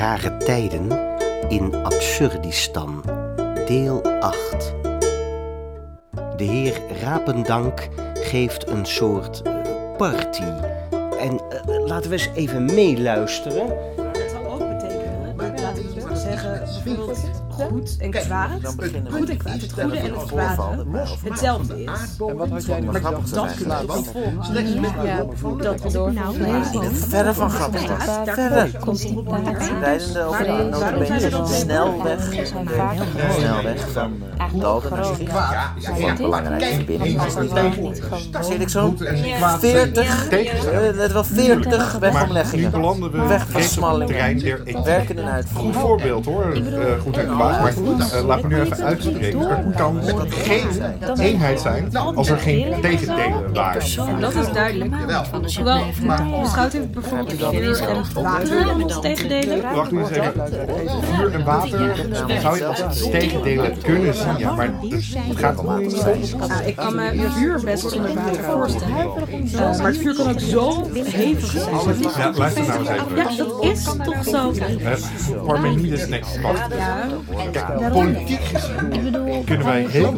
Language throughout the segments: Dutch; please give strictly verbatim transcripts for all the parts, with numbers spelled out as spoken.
Rare tijden in Absurdistan, deel acht. De heer Rapendank geeft een soort uh, party. En uh, laten we eens even meeluisteren. Dat zal ook betekenen, maar laten we zeggen, bijvoorbeeld goed en kwaad. Goed en kwaad, het goede en het kwade hetzelfde is. En wat had jij nog Maar dat kun je niet volgen. Ja, dat bedoel ik. Verder van grappig. Verder. Rijdende over de notabene snelweg. Snelweg van Dalden naar Schiet. Dat is een belangrijke verbinding. Daar zit ik zo veertig, net wel veertig wegomleggingen. Wegversmallingen. Werken en uitvoeren. Goed voorbeeld hoor, uh, goed en kwaad. Maar uh, laat me nu even uitspreken. Er kan geen eenheid zijn als er geen tegendelen waren. Dat is duidelijk. Hoewel, beschouwt heeft bijvoorbeeld vuur en water als tegendelen. Wacht eens even. Vuur en water zou je als tegendelen kunnen zien, ja, maar het gaat om water zijn. Ja, ik kan me vuur best zonder water voorstellen. Uh, maar het vuur kan ook zo hevig zijn. Ja, luister nou eens even. Ja, dat is toch zo. Uh, Parmenides, nee, wacht. Ja. Kijk, politiek gezien kunnen wij heel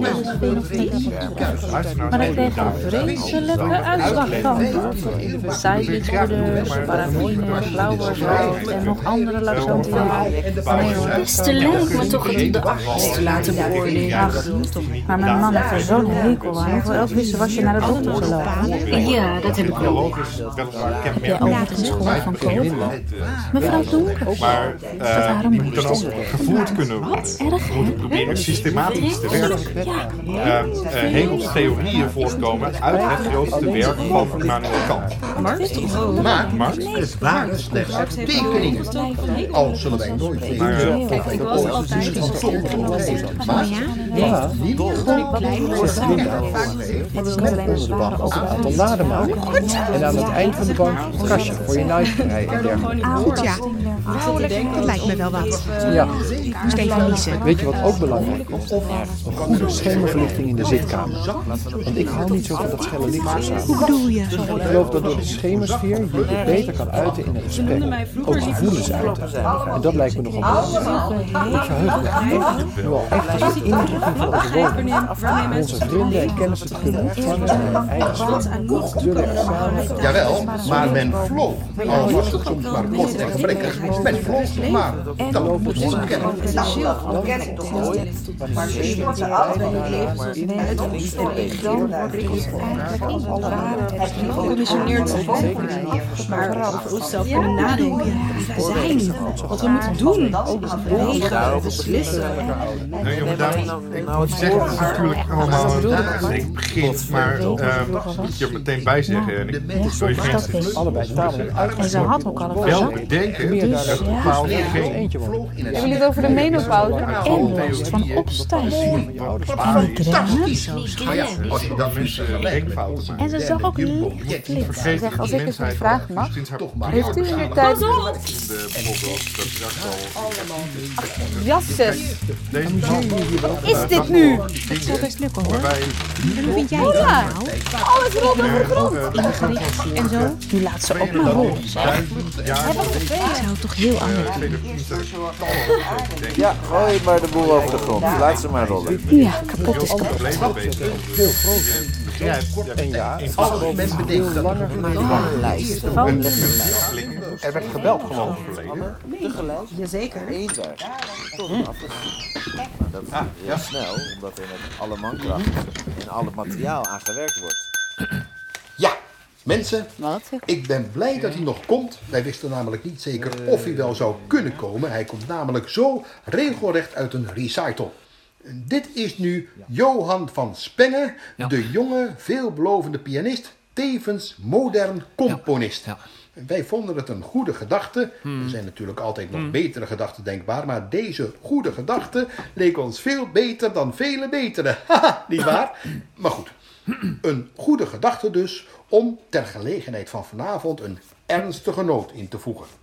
luister nou Maar eens ik even. kreeg een vreselijke uitslag van. Seiwitpoeder, paraffine, blauwboorsrood en nog andere laxanten. Het is te leuk me toch de arts te laten beoordelen. Ach, maar mijn man heeft er zo'n hekel aan. Hoeveel elk wisten was je naar de dokter zou lopen? Ja, dat heb ik ook. Heb jij overigens gehoord van COVID? Mevrouw Donker? Maar uh, die moet dan ook gevoerd kunnen worden. We moeten proberen systematisch te werken. Uh, uh, Hegels theorieën voortkomen uit het grootste werk van Immanuel Kant. Maar Marx? het waren slechts tekeningen. Al zullen wij nooit weten. Maar, uh, Kijk, ik was altijd van Maar ja, Maar niet Maar we hebben onder de bank ook een aantal laden maken. En aan het eind van de bank een kastje voor je naaigerij en dergelijke. Oud, ja. Dat lijkt me wel wat. Ja. Ik moest even niezen. Weet je wat ook belangrijk is? Een goede schemerverlichting in de zitkamer. Want ik hou niet zo van dat schelle licht zo samen. Hoe bedoel je? Ik geloof dat door de schemersfeer je je beter kan uiten in een gesprek. Ook gevoelens uiten. En dat lijkt me nogal belangrijk. Ik verheug me nu al echt als de indrukking van onze woning. Om onze vrienden en kennissen te kunnen ontvangen in hun eigen sfeer. Zullen er samen... Jawel, maar men vloog. Al was het soms maar kort en gebrekkig. Men vloog maar. Dat moet je kennen. gecommissioneerd zijn. Maar over onszelf kunnen nadenken. Zijn. Wat we moeten doen. Bewegen. Beslissen. Nou, jongen, dames, ik zeg het natuurlijk allemaal als ik begin, maar uh, moet je er meteen bij zeggen. En ik wil je geen allebei talen en ze had ook al een wel verzak. bedenken dat het bepaald geen eentje woont. Hebben jullie het over de menopauze? En last van opstijging. dat mensen denkfouten maken. En ze zag ook licht flitsen. Zeg, als ik eens wat vragen mag. Heeft u in de tijd... Bijvoorbeeld, dat straks al... Jasses! Deze man... Is dit nu? Dat zal best lukken hoor. Waarbij... Hoe vind jij het Ja, nou? alles rolt over de grond. En zo, nu laat ze ook maar rollen. Ik zou het toch heel anders doen. Ja, gooi maar de boel over de grond. Laat ze maar rollen. Ja, kapot is kapot. Veel groter. Begrijp, En ja, Als men bedenkt dat langer geleden. Lijst. er werd geweld gewoon verleden. Tegelijk. Jazeker. Eén werk. Tot een afgesloten. Maar dat is heel snel, omdat er met alle mankracht en alle materiaal aan gewerkt wordt. Ja, mensen, Wat? ik ben blij dat hij nog komt. Wij wisten namelijk niet zeker of hij wel zou kunnen komen. Hij komt namelijk zo regelrecht uit een recital. Dit is nu Johan van Spengen, de jonge, veelbelovende pianist, tevens modern componist. Wij vonden het een goede gedachte. Er zijn natuurlijk altijd nog betere gedachten denkbaar, maar deze goede gedachte leek ons veel beter dan vele betere. Haha, niet waar? Maar goed, een goede gedachte dus om ter gelegenheid van vanavond een ernstige noot in te voegen.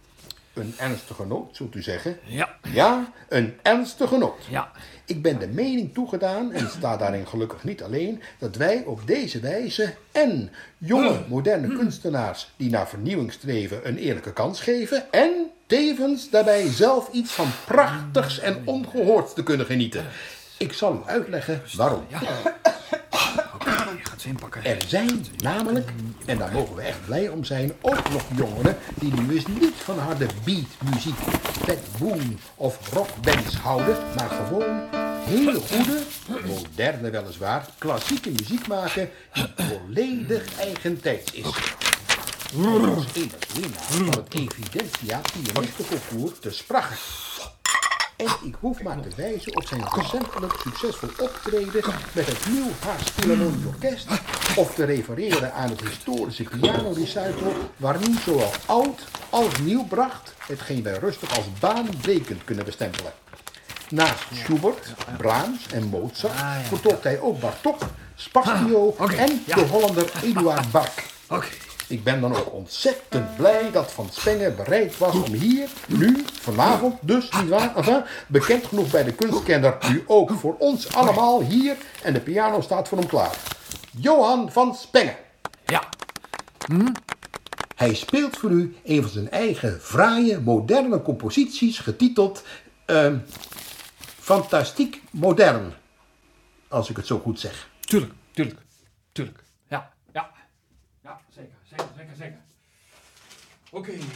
Een ernstige noot, zult u zeggen? Ja. Ja, een ernstige noot. Ja. Ik ben de mening toegedaan, en sta daarin gelukkig niet alleen, dat wij op deze wijze en jonge, moderne kunstenaars die naar vernieuwing streven een eerlijke kans geven en tevens daarbij zelf iets van prachtigs en ongehoords te kunnen genieten. Ik zal u uitleggen waarom. Ja. Oké, je gaat ze inpakken. Er zijn namelijk, en daar mogen we echt blij om zijn, ook nog jongeren die nu eens niet van harde beatmuziek, Fat Boom of rockbands houden, maar gewoon hele goede, moderne weliswaar, klassieke muziek maken die volledig eigentijds is. En als immers winnaar van het Evidentia Pianistenconcours te Sprache. En ik hoef maar te wijzen op zijn recentelijk succesvol optreden met het Nieuw Haags Philharmonisch Orkest of te refereren aan het historische piano-recital waarin zowel oud als nieuw bracht, hetgeen wij rustig als baanbrekend kunnen bestempelen. Naast Schubert, Brahms en Mozart vertolkt hij ook Bartók, Spazio ah, okay, en ja. de Hollander Eduard Bach. Okay. Ik ben dan ook ontzettend blij dat Van Spengen bereid was om hier, nu, vanavond, dus nietwaar, enfin, bekend genoeg bij de kunstkenner, nu ook voor ons allemaal hier en de piano staat voor hem klaar. Johan van Spengen. Ja. Hm? Hij speelt voor u een van zijn eigen fraaie, moderne composities getiteld uh, Fantastiek Modern, als ik het zo goed zeg. Tuurlijk, tuurlijk, tuurlijk. Ja, ja. Ja, zeker, zeker, zeker, zeker. Oké. Okay.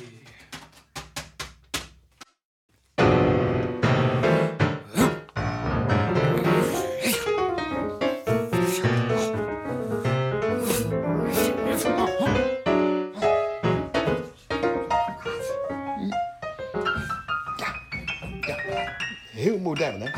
Heel modern, hè?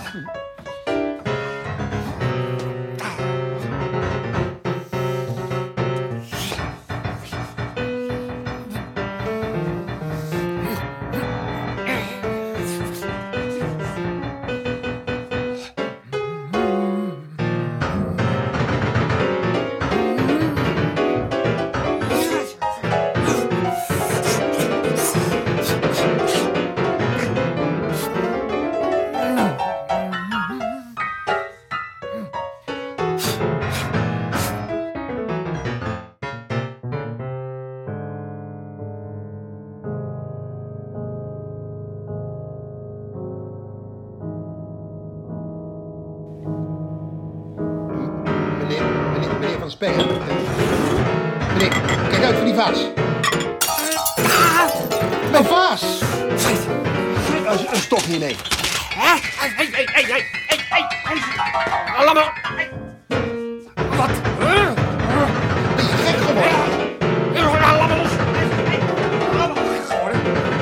Spengen. Meneer, kijk uit voor die vaas. Ah, mijn vaas! Een, een stok hier nemen. Hé, hé, hé, hé, hé, hé, hé. Allemaal. Wat? Ben je gek geworden? Allemaal los. Allemaal gek geworden.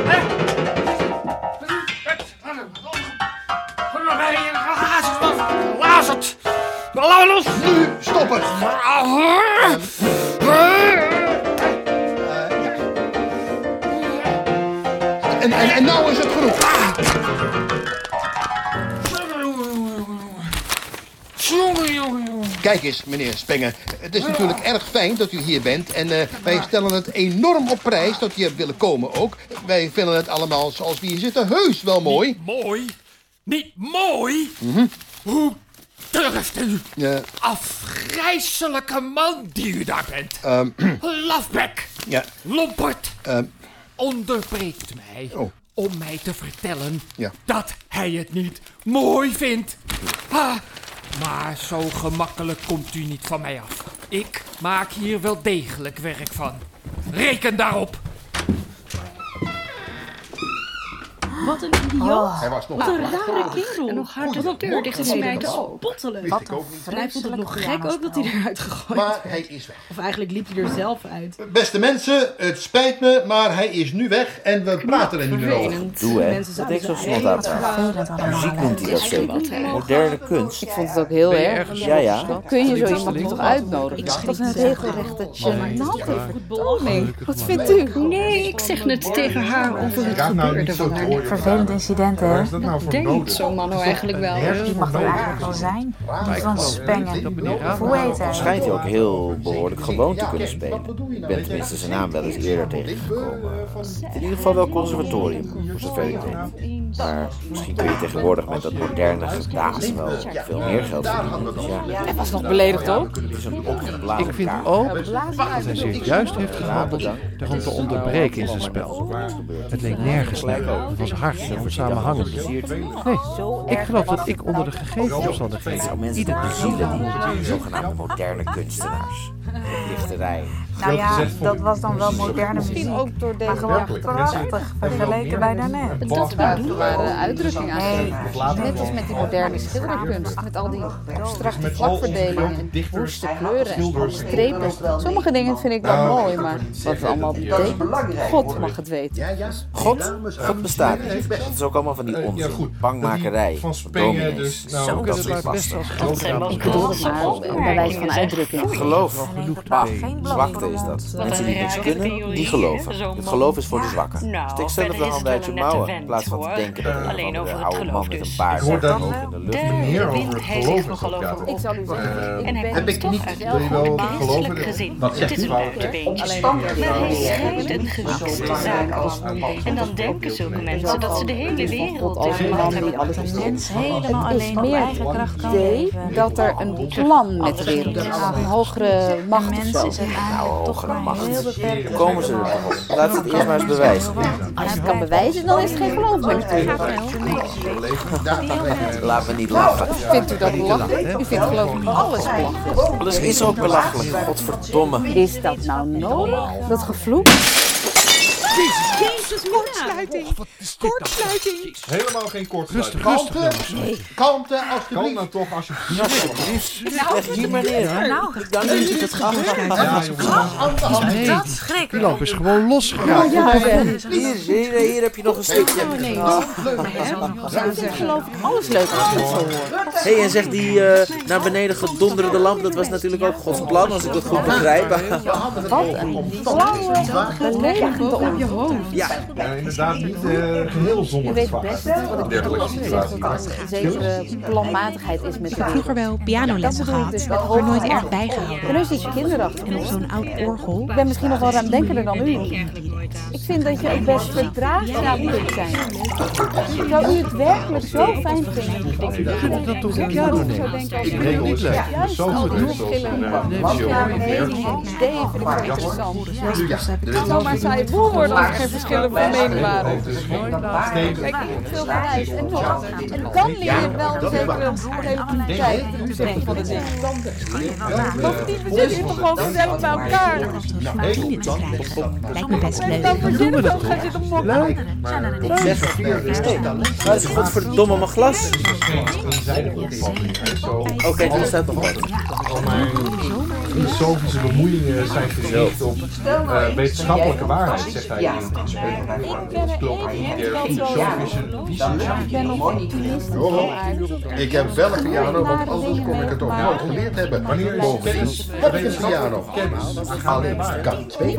Laat het. Allemaal los. Nu stoppen. Um, En, en, en nou is het genoeg. Kijk eens, meneer Spengen. Het is natuurlijk erg fijn dat u hier bent. En uh, wij stellen het enorm op prijs dat u hebt willen komen ook. Wij vinden het allemaal zoals we hier zitten heus wel mooi. Niet mooi? Niet mooi? Mm-hmm. Hoe durft u? Ja. Afgrijselijke man die u daar bent. Um, Lafbek. Ja. Lomperd. Um, Onderbreekt mij oh. om mij te vertellen ja. dat hij het niet mooi vindt. Ah, maar zo gemakkelijk komt u niet van mij af. Ik maak hier wel degelijk werk van. Reken daarop. Wat een idioot. Oh. Hij was nog Wat een rare kerel. En nog harder de deur dicht te smijten ook. Spottelijk. Wat een Hij vond het nog gek ook dat hij eruit gegooid Maar hij is weg. Of eigenlijk liep hij er zelf uit. Beste mensen, het spijt me, maar hij is nu weg en we praten er niet meer over. Doe hè, dat ik zo snel uit. Muziek noemt hij dat zeker. Moderne kunst. Ik vond het ook heel erg. Ja, ja. Kun je zo iemand toch uitnodigen? Dat is een regelrechte gênante verdomming. Wat vindt u? Nee, ik zeg net tegen haar over het gebeurde van haar vervelend incident, hè? Waar is dat nou voor nodig? Zo'n man nou eigenlijk wel. Die mag er eigenlijk wel zijn. Die van Spengen. Hoe heet hij? Schijnt hij ook heel behoorlijk gewoon te kunnen spelen. Ik ben tenminste zijn naam wel eens eerder tegengekomen. In ieder geval wel conservatorium, voor zover ik weet. Maar misschien kun je tegenwoordig met dat moderne gedaas wel veel meer geld verdienen. Dus ja. Hij was nog beledigd, toch? Het is een opgeblazen Ik vind kaart. ook dat hij zich juist heeft gehandeld om te onderbreken in zijn spel. Het leek nergens naar. Het was hard en onsamenhangend. Nee, ik geloof dat ik onder de gegeven omstandigheden ieder de zielen die zogenaamde moderne kunstenaars. Lichterij. Nou ja, dat was dan wel moderne muziek. Ook door Maar deze gewoon prachtig vergeleken bij daarnet. Dat waren uitdrukkingen eigenlijk. Net als met die moderne schilderkunst. Met al die abstracte vlakverdelingen, woeste kleuren en strepen. Sommige dingen vind ik wel mooi, maar wat het allemaal betekent, God mag het weten. God? God bestaat niet. Het is ook allemaal van die onzin. Bangmakerij. Van Spengen dus. Nou, dat is best wel Ik bedoel het maar bij wijze van uitdrukking. Geloof. Bah, zwakte is dat. Mensen die niks kunnen, die geloven. Het geloof is voor de zwakken. Stik zelf de hand uit je mouwen, in plaats van te denken dat een alleen over het oude geloof man met dus. een baard Ik hoor dat hoog in de lucht. meer over wind, het hij geloof zegt is nog dat geloof gaat. Ik zal u zeggen, En hij heb komt ik toch niet- uit Wil je wel een christelijk geloven? gezin. Wat Het zegt is die een vrouw? buitenbeentje. Maar hij schrijft een gewikste zaak af. En dan denken zulke mensen dat ze de hele wereld als in een de man hand die hebben. alles Een bestuurt. mens helemaal Het is alleen op meer eigen kracht het kan idee leven. dat er een plan met de wereld is. Een hogere macht of Mens zo. is uiteindelijk toch maar heel beperkt. Hoe komen ze er toch op? Laat het eerst maar eens bewijzen. Als je het kan bewijzen, dan is het geen geloof meer natuurlijk. Laat me niet lachen. Vindt u dat belachelijk? U vindt geloof ik alles belachelijk. Alles is ook belachelijk. Godverdomme. Is dat nou nodig? Dat gevloek? Jezus, kortsluiting! Kortsluiting! Helemaal geen kortsluiting. Rustig, Kalmte, rustig. kalmte Kan alstublieft. nou toch alsjeblieft. Leg hier maar neer. Nou, Dan is het het Ja, jongens. Nee, dat schrik. die lamp is gewoon losgeraakt. Hier, hier, hier heb je nog een stukje. Ik geloof ik alles leuk als je het zo hoort. Hé, en zeg die eh, naar beneden gedonderde lamp, dat was natuurlijk ook Gods plan, als ik het goed begrijp. Wat een blauwe, beledigende op je hoofd. Ja, Ja, inderdaad niet eh, geheel Je zonder weet gevaar. best wat ik bedoel als je zegt dat er een zekere planmatigheid is met de wereld. Vroeger wel pianolessen Dat bedoel ik dus gehad, met maar nooit hoofd. erg bijgehouden. En nu zit je kinderachtig. En op zo'n oud orgel. Ik ben misschien nog wel ruimdenkender dan u. Ik vind dat je ook best verdraagzaam kunt zijn. Zou u het werkelijk zo fijn vinden? Dat toch een piano nemen? Ik weet niet leuk. Juist Zo al goed die is dat. verschillende Nee, ja, meningen, ideeën vind ik wel interessant. Het zou maar saai boel worden als er geen verschillen van mening waren. Kijk, veel bereid. En toch, en dan leer je wel een zekere relativiteit ten opzichte van de dingen. Bovendien, we zitten hier toch gewoon gezellig bij elkaar. Martine te krijgen. Lijkt me best En dan leuk. verzinnen we gaan zitten mokken. ik zeg dat is godverdomme mijn glas. Oké, dat staat nog wat. Al mijn filosofische bemoeiingen zijn gericht op uh, wetenschappelijke waarheid, zegt hij in de encyclopedie filosofische visie. Ik ben nog optimistisch van aard. Ik heb wel een piano, want anders kon ik het ook nooit geleerd hebben. Wanneer is Bovendien kennis, heb ik een piano. Alleen kan twee.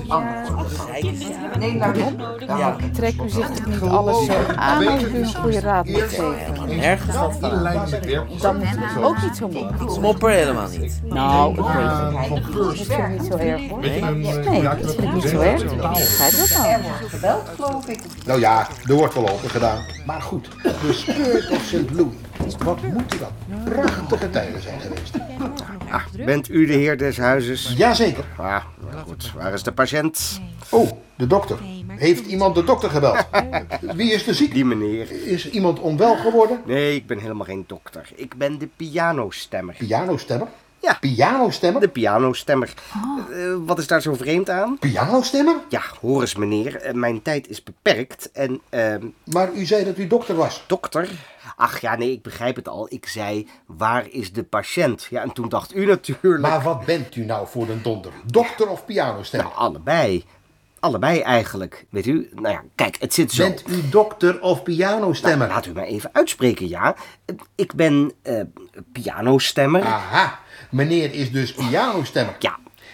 Ja, trek u zich toch niet alles zo aan als u een goede raad moet geven. Nergens wat in lijn met werkelijk. Dan moet u ook niet zo mopperen. Smopper helemaal niet. Nou, ik weet het. Van Dat First. vind ik niet zo erg hoor. Weet je een Nee, dat vind ik niet zo erg. Begrijp dat nou? Nou ja, er wordt wel open gedaan. Maar goed, de Spirit of Saint Louis. Wat moeten dat prachtige tijden zijn geweest. Ah, bent u de heer des huizes? Jazeker. Ah, goed. Waar is de patiënt? Oh, de dokter. Heeft iemand de dokter gebeld? Wie is de ziek? Die meneer. Is iemand onwel geworden? Nee, ik ben helemaal geen dokter. Ik ben de pianostemmer. Pianostemmer? Ja. Pianostemmer? De pianostemmer. Uh, wat is daar zo vreemd aan? Pianostemmer? Ja, hoor eens meneer. Uh, mijn tijd is beperkt en... Uh, maar u zei dat u dokter was. Dokter? Ach ja, nee, ik begrijp het al. Ik zei, waar is de patiënt? Ja, en toen dacht u natuurlijk... Maar wat bent u nou voor een donder? Dokter of pianostemmer? Nou, allebei. Allebei eigenlijk. Weet u, nou ja, kijk, het zit zo. Bent u dokter of pianostemmer? Nou, laat u mij even uitspreken, ja. Ik ben uh, pianostemmer. Aha, meneer is dus pianostemmer. Ja.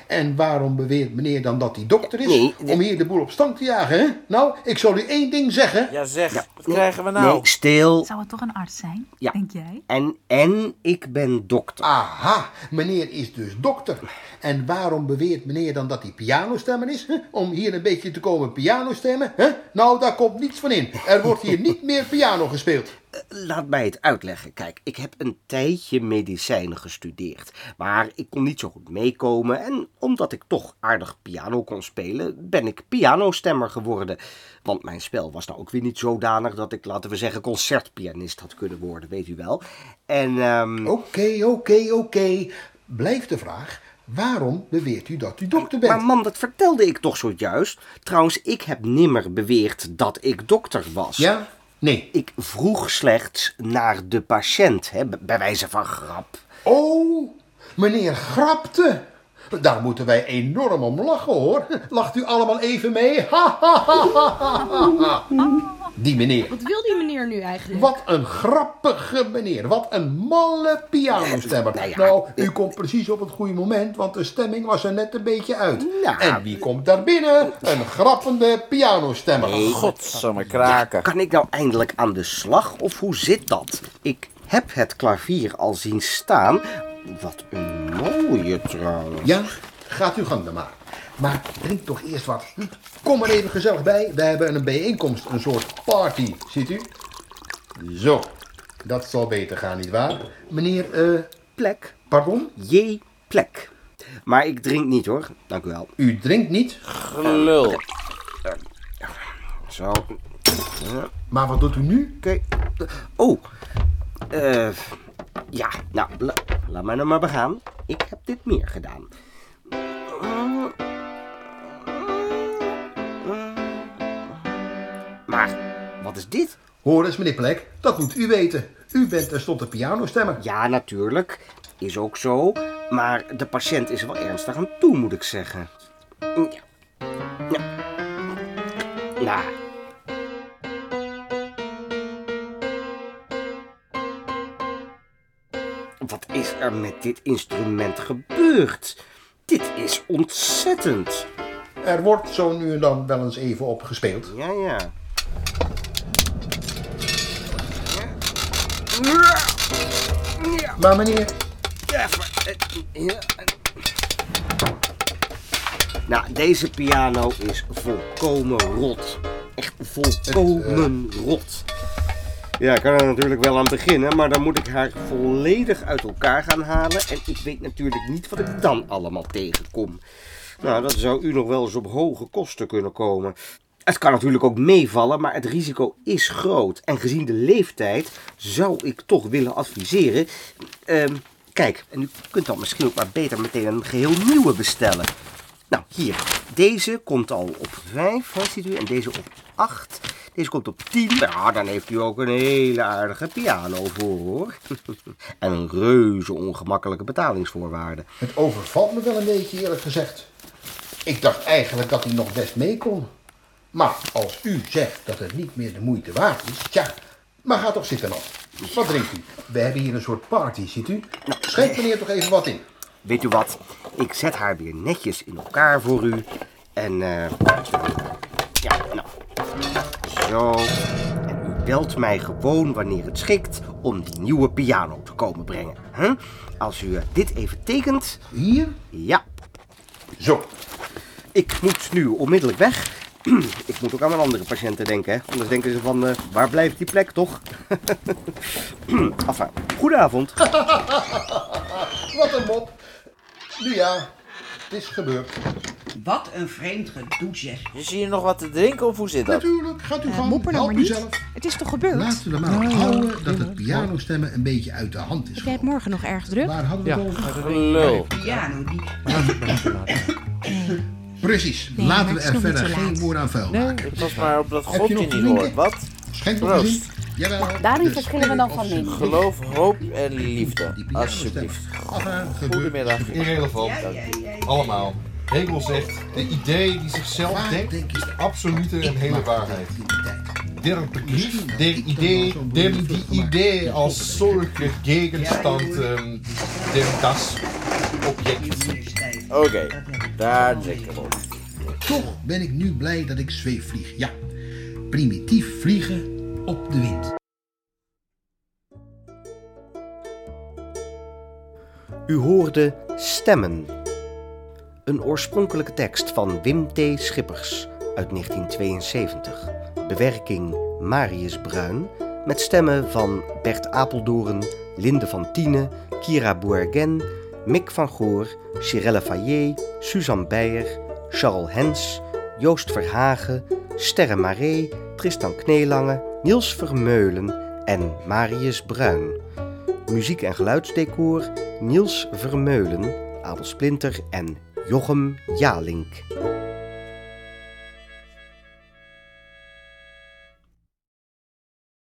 En waarom beweert meneer dan dat hij dokter is? Nee, nee. Om hier de boel op stand te jagen, hè? Nou, ik zal u één ding zeggen. Ja, zeg, Ja, wat krijgen we nou? Nee, stil. Zou het toch een arts zijn, Ja. denk jij? En, en ik ben dokter. Aha, meneer is dus dokter. En waarom beweert meneer dan dat hij pianostemmer is? Hè? Om hier een beetje te komen pianostemmen? Hè? Nou, daar komt niets van in. Er wordt hier niet meer piano gespeeld. Laat mij het uitleggen. Kijk, ik heb een tijdje medicijnen gestudeerd. Maar ik kon niet zo goed meekomen. En omdat ik toch aardig piano kon spelen, ben ik pianostemmer geworden. Want mijn spel was nou ook weer niet zodanig dat ik, laten we zeggen, concertpianist had kunnen worden, weet u wel. En, ehm... Oké, oké, oké. Blijft de vraag, waarom beweert u dat u dokter bent? Maar man, dat vertelde ik toch zojuist. Trouwens, ik heb nimmer beweerd dat ik dokter was. Ja? Nee. Ik vroeg slechts naar de patiënt, hè, bij wijze van grap. Oh, meneer grapte. Daar moeten wij enorm om lachen, hoor. Lacht u allemaal even mee? Ha, ha, ha, ha, ha, ha. Die meneer. Wat wil die meneer nu eigenlijk? Wat een grappige meneer. Wat een malle pianostemmer. Nou ja, nou, u komt precies op het goede moment, want de stemming was er net een beetje uit. Nou, en wie komt daar binnen? Een grappende pianostemmer. Nee. Godsamme kraken. Kan ik nou eindelijk aan de slag, of hoe zit dat? Ik heb het klavier al zien staan. Wat een mooie trouwens. Ja, gaat uw gang dan maar. Maar drink toch eerst wat. Hm? Kom er even gezellig bij. We hebben een bijeenkomst, een soort party, ziet u? Zo, dat zal beter gaan, nietwaar? Meneer, eh... Plek. Pardon? J. Plek. Maar ik drink niet, hoor. Dank u wel. U drinkt niet? Gelul. Zo. Maar wat doet u nu? Oké. Oh. Eh... ja, nou, la, laat mij nou maar begaan. Ik heb dit meer gedaan. Maar, wat is dit? Hoor eens, meneer Plek, dat moet u weten. U bent tenslotte pianostemmer. Ja, natuurlijk. Is ook zo. Maar de patiënt is er wel ernstig aan toe, moet ik zeggen. Ja. Ja. Nou. Wat is er met dit instrument gebeurd? Dit is ontzettend. Er wordt zo nu en dan wel eens even op gespeeld. Ja, ja. Maar meneer... Ja, maar, ja. Nou, deze piano is volkomen rot. Echt volkomen rot. Ja, ik kan er natuurlijk wel aan beginnen, maar dan moet ik haar volledig uit elkaar gaan halen. En ik weet natuurlijk niet wat ik dan allemaal tegenkom. Nou, dat zou u nog wel eens op hoge kosten kunnen komen. Het kan natuurlijk ook meevallen, maar het risico is groot. En gezien de leeftijd zou ik toch willen adviseren... Uh, kijk, en u kunt dan misschien ook maar beter meteen een geheel nieuwe bestellen. Nou, hier. Deze komt al op vijf, hè, ziet u, en deze op acht. Deze komt op tien. Nou, dan heeft u ook een hele aardige piano voor, hoor. En een reuze ongemakkelijke betalingsvoorwaarden. Het overvalt me wel een beetje, eerlijk gezegd. Ik dacht eigenlijk dat hij nog best mee kon. Maar als u zegt dat het niet meer de moeite waard is, tja, maar ga toch zitten dan. Wat drinkt u? We hebben hier een soort party, ziet u? Nou, schenk meneer toch even wat in. Weet u wat? Ik zet haar weer netjes in elkaar voor u. En, eh... Uh, ja, nou. Zo. En u belt mij gewoon wanneer het schikt om die nieuwe piano te komen brengen. Huh? Als u uh, dit even tekent... Hier? Ja. Zo. Ik moet nu onmiddellijk weg. Ik moet ook aan mijn andere patiënten denken, hè? Anders denken ze van, uh, waar blijft die plek, toch? Enfin, goedenavond. Wat een mop. Nu ja, het is gebeurd. Wat een vreemd gedoe, zeg. Is hier nog wat te drinken of hoe zit dat? Natuurlijk, gaat u Uh, gang, mopper nou help maar niet. uzelf. Het is toch gebeurd? Laten we maar Nou, houden dat het pianostemmen een beetje uit de hand is. Heb jij het morgen nog erg druk? Waar hadden we het over? Lul. Piano, die... Precies, Nee, laten maar we het is er nog niet verder zo geen laat. woord aan vuil Nee, maken. het was maar op dat Heb je godje nog niet te drinken? hoort. Wat? Schenk nog eens Proost. in. Jawel. Daarin de verschillen we dan van spirit of niet. Geloof, hoop en liefde. Die pianostemmer. Alsjeblieft. Enfin, gebeurt. Goedemiddag. Irrelevant. Allemaal. Hegel zegt, de idee die zichzelf denkt is de absolute en hele waarheid. Der Begriff, der Idee, dem die Idee als solche Gegenstand, ähm, dem das Objekt. Oké. Daar zeker wel. Toch ben ik nu blij dat ik zweefvlieg. Ja, primitief vliegen op de wind. U hoorde Stemmen. Een oorspronkelijke tekst van Wim T. Schippers uit negentien tweeënzeventig. Bewerking Marius Bruin met stemmen van Bert Apeldoorn, Linde van Tiene, Kira Boergen, Mick van Goor, Chirelle Fayet, Suzanne Beijer, Charles Hens, Joost Verhagen, Sterre Maree, Tristan Kneelange, Niels Vermeulen en Marius Bruin. Muziek en geluidsdecor Niels Vermeulen, Abel Splinter en Jochem Jalink.